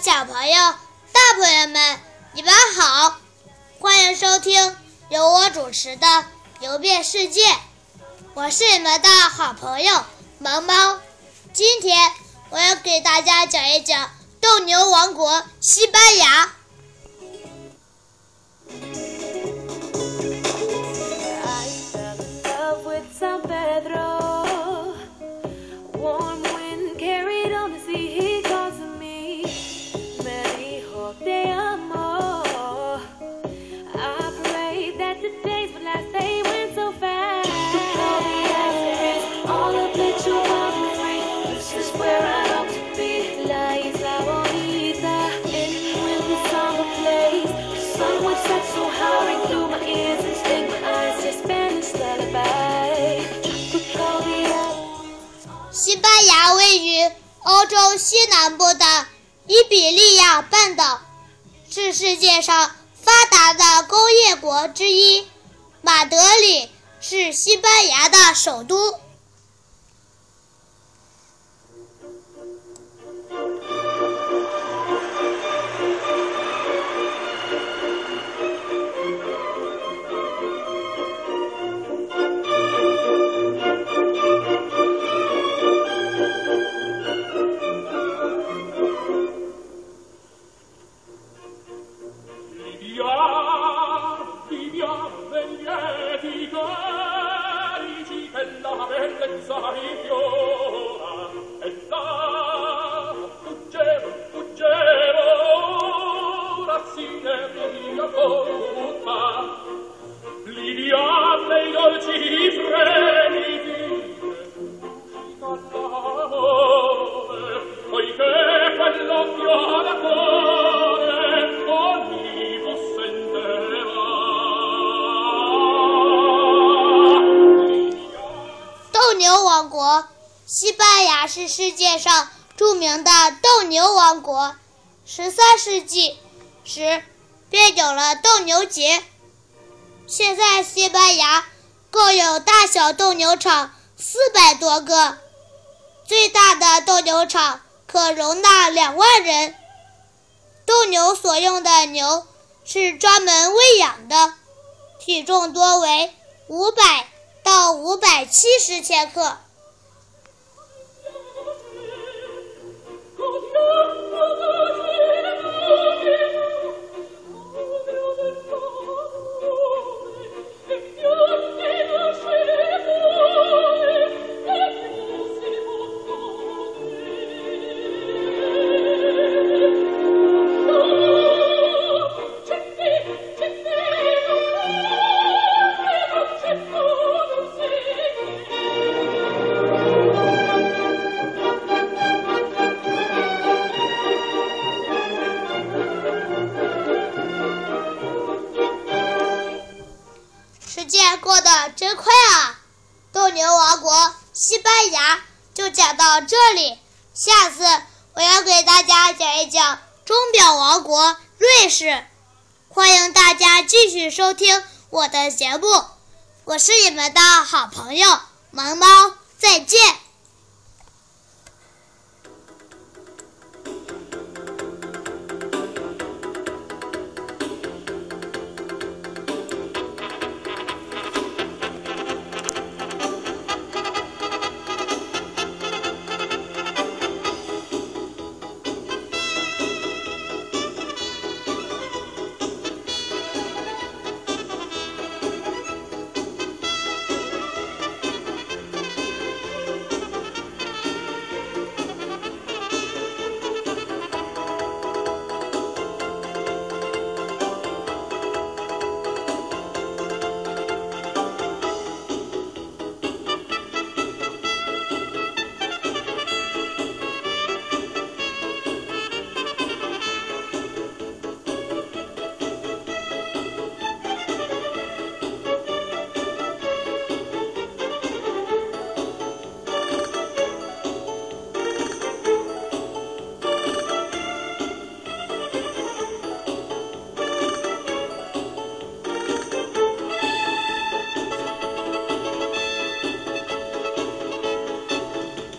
小朋友、大朋友们，你们好，欢迎收听由我主持的《游遍世界》，我是你们的好朋友毛毛。今天我要给大家讲一讲斗牛王国西班牙。西班牙位于欧洲西南部的伊比利亚半岛，是世界上发达的工业国之一。马德里是西班牙的首都。斗牛王国，西班牙是世界上著名的斗牛王国。13世纪时便有了斗牛节。现在西班牙共有大小斗牛场400多个，最大的斗牛场可容纳2万人。斗牛所用的牛是专门喂养的，体重多为500到570千克。时间过得真快啊！斗牛王国西班牙就讲到这里，下次我要给大家讲一讲钟表王国瑞士。欢迎大家继续收听我的节目，我是你们的好朋友毛毛，再见。